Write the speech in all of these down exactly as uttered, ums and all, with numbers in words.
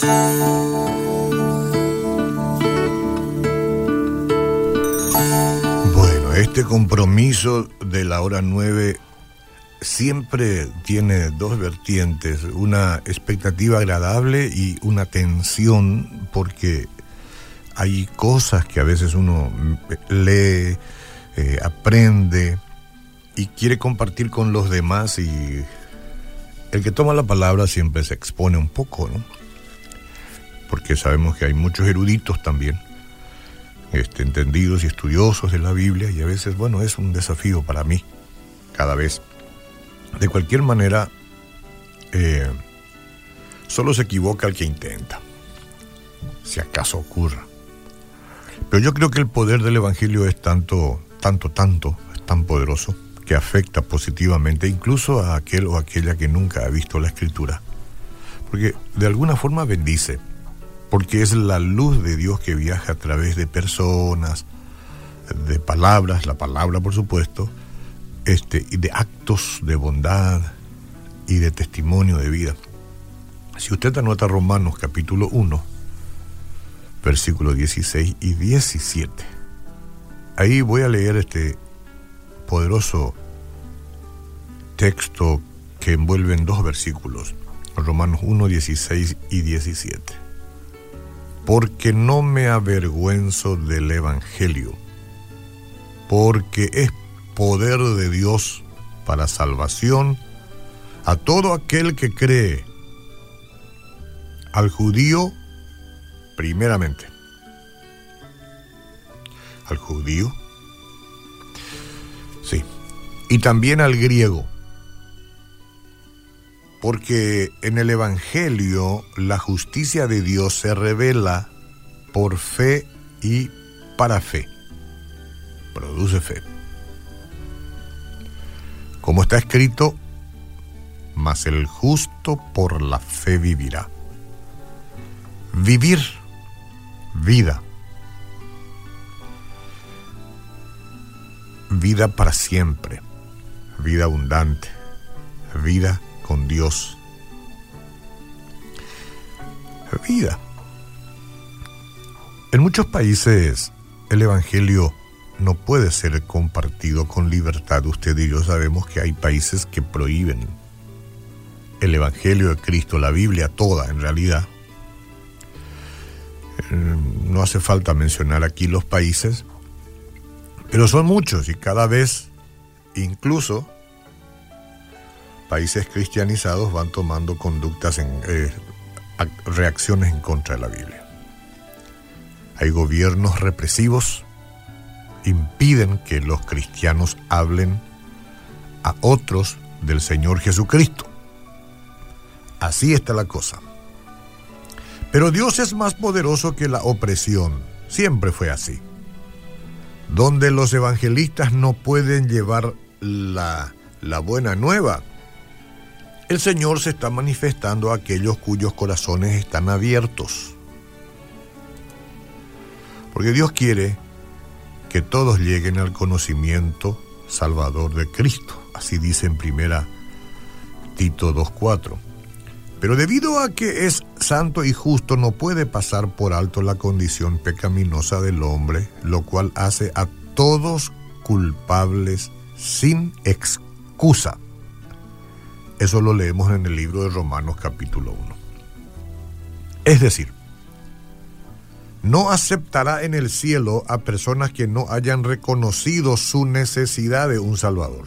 Bueno, este compromiso de la hora nueve siempre tiene dos vertientes, una expectativa agradable y una tensión, porque hay cosas que a veces uno lee, eh, aprende y quiere compartir con los demás, y el que toma la palabra siempre se expone un poco, ¿no? Porque sabemos que hay muchos eruditos también, este, entendidos y estudiosos de la Biblia, y a veces, bueno, es un desafío para mí, cada vez. De cualquier manera, eh, solo se equivoca el que intenta, si acaso ocurra. Pero yo creo que el poder del Evangelio es tanto, tanto, tanto, es tan poderoso, que afecta positivamente incluso a aquel o aquella que nunca ha visto la Escritura. Porque de alguna forma bendice, porque es la luz de Dios que viaja a través de personas, de palabras, la palabra por supuesto, este, y de actos de bondad y de testimonio de vida. Si usted anota Romanos capítulo uno, versículos dieciséis y diecisiete, ahí voy a leer este poderoso texto que envuelve en dos versículos, Romanos uno, dieciséis y diecisiete. Porque no me avergüenzo del Evangelio, porque es poder de Dios para salvación a todo aquel que cree, al judío primeramente, al judío, sí, y también al griego, porque en el Evangelio la justicia de Dios se revela por fe y para fe, produce fe. Como está escrito, mas el justo por la fe vivirá. Vivir, vida. Vida para siempre, vida abundante, vida con Dios. Vida. En muchos países el Evangelio no puede ser compartido con libertad. Usted y yo sabemos que hay países que prohíben el Evangelio de Cristo, la Biblia toda en realidad. No hace falta mencionar aquí los países, pero son muchos, y cada vez incluso países cristianizados van tomando conductas, en, eh, reacciones en contra de la Biblia. Hay gobiernos represivos, impiden que los cristianos hablen a otros del Señor Jesucristo. Así está la cosa. Pero Dios es más poderoso que la opresión. Siempre fue así. Donde los evangelistas no pueden llevar la, la buena nueva, el Señor se está manifestando a aquellos cuyos corazones están abiertos. Porque Dios quiere que todos lleguen al conocimiento salvador de Cristo. Así dice en primera Tito dos cuatro. Pero debido a que es santo y justo, no puede pasar por alto la condición pecaminosa del hombre, lo cual hace a todos culpables sin excusa. Eso lo leemos en el libro de Romanos capítulo uno. Es decir, no aceptará en el cielo a personas que no hayan reconocido su necesidad de un Salvador.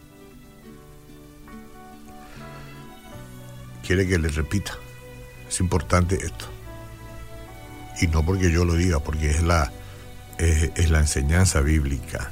Quiere que les repita. Es importante esto. Y no porque yo lo diga, porque es la, es, es la enseñanza bíblica.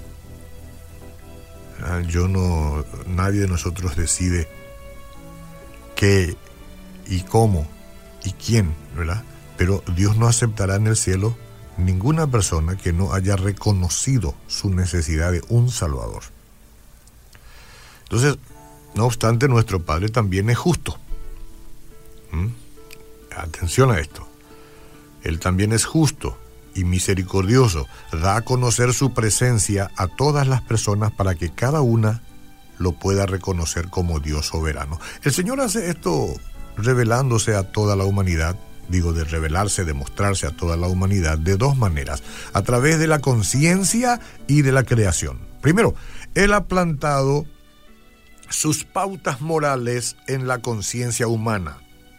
Yo no, nadie de nosotros decide qué y cómo y quién, ¿verdad? Pero Dios no aceptará en el cielo ninguna persona que no haya reconocido su necesidad de un Salvador. Entonces, no obstante, nuestro Padre también es justo. ¿Mm? Atención a esto. Él también es justo y misericordioso. Da a conocer su presencia a todas las personas para que cada una lo pueda reconocer como Dios soberano. El Señor hace esto revelándose a toda la humanidad digo, de revelarse, de mostrarse a toda la humanidad de dos maneras, a través de la conciencia y de la creación. Primero, Él ha plantado sus pautas morales en la conciencia humana.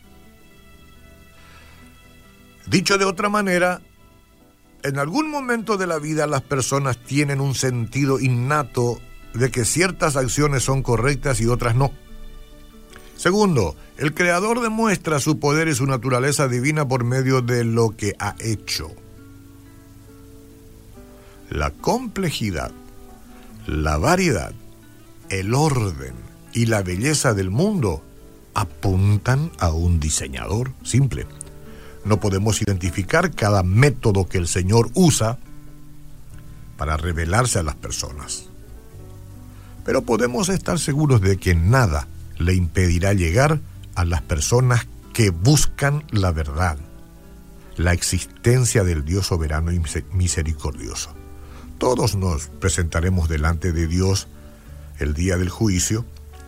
Dicho de otra manera, en algún momento de la vida las personas tienen un sentido innato de que ciertas acciones son correctas y otras no. Segundo, el Creador demuestra su poder y su naturaleza divina por medio de lo que ha hecho. La complejidad, la variedad, el orden y la belleza del mundo apuntan a un diseñador simple. No podemos identificar cada método que el Señor usa para revelarse a las personas. Pero podemos estar seguros de que nada le impedirá llegar a las personas que buscan la verdad, la existencia del Dios soberano y misericordioso. Todos nos presentaremos delante de Dios el día del juicio.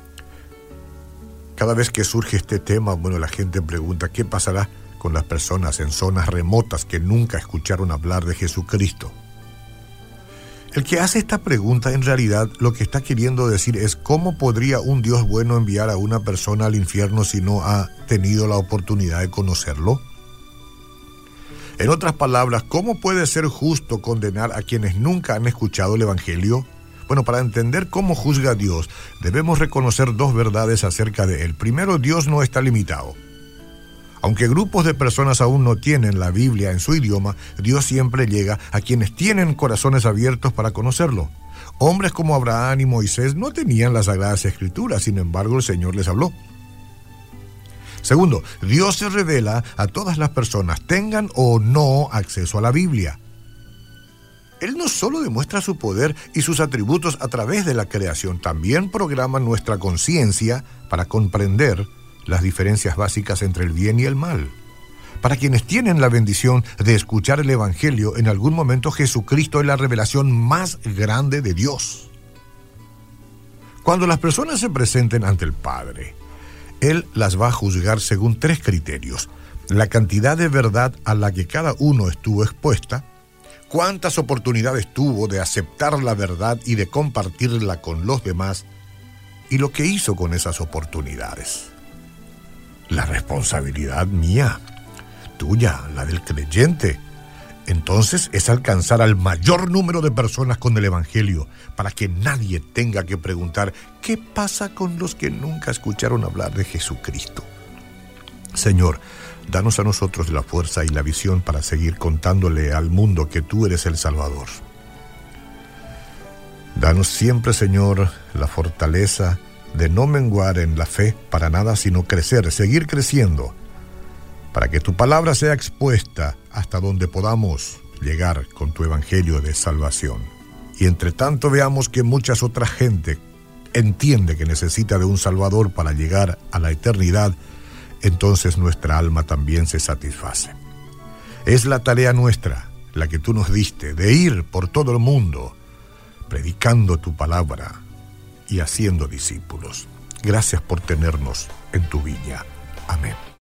Cada vez que surge este tema, bueno, la gente pregunta, ¿qué pasará con las personas en zonas remotas que nunca escucharon hablar de Jesucristo? El que hace esta pregunta en realidad lo que está queriendo decir es ¿cómo podría un Dios bueno enviar a una persona al infierno si no ha tenido la oportunidad de conocerlo? En otras palabras, ¿cómo puede ser justo condenar a quienes nunca han escuchado el Evangelio? Bueno, para entender cómo juzga Dios, debemos reconocer dos verdades acerca de Él. Primero, Dios no está limitado. Aunque grupos de personas aún no tienen la Biblia en su idioma, Dios siempre llega a quienes tienen corazones abiertos para conocerlo. Hombres como Abraham y Moisés no tenían las Sagradas Escrituras, sin embargo el Señor les habló. Segundo, Dios se revela a todas las personas, tengan o no acceso a la Biblia. Él no solo demuestra su poder y sus atributos a través de la creación, también programa nuestra conciencia para comprender las diferencias básicas entre el bien y el mal. Para quienes tienen la bendición de escuchar el Evangelio, en algún momento Jesucristo es la revelación más grande de Dios. Cuando las personas se presenten ante el Padre, Él las va a juzgar según tres criterios: la cantidad de verdad a la que cada uno estuvo expuesta, cuántas oportunidades tuvo de aceptar la verdad y de compartirla con los demás, y lo que hizo con esas oportunidades. La responsabilidad mía, tuya, la del creyente, entonces es alcanzar al mayor número de personas con el Evangelio, para que nadie tenga que preguntar ¿qué pasa con los que nunca escucharon hablar de Jesucristo? Señor, danos a nosotros la fuerza y la visión para seguir contándole al mundo que tú eres el Salvador. Danos siempre, Señor, la fortaleza de no menguar en la fe para nada, sino crecer, seguir creciendo, para que tu palabra sea expuesta hasta donde podamos llegar con tu evangelio de salvación. Y entre tanto veamos que muchas otras gente entiende que necesita de un Salvador para llegar a la eternidad, entonces nuestra alma también se satisface. Es la tarea nuestra, la que tú nos diste, de ir por todo el mundo, predicando tu palabra y haciendo discípulos. Gracias por tenernos en tu viña. Amén.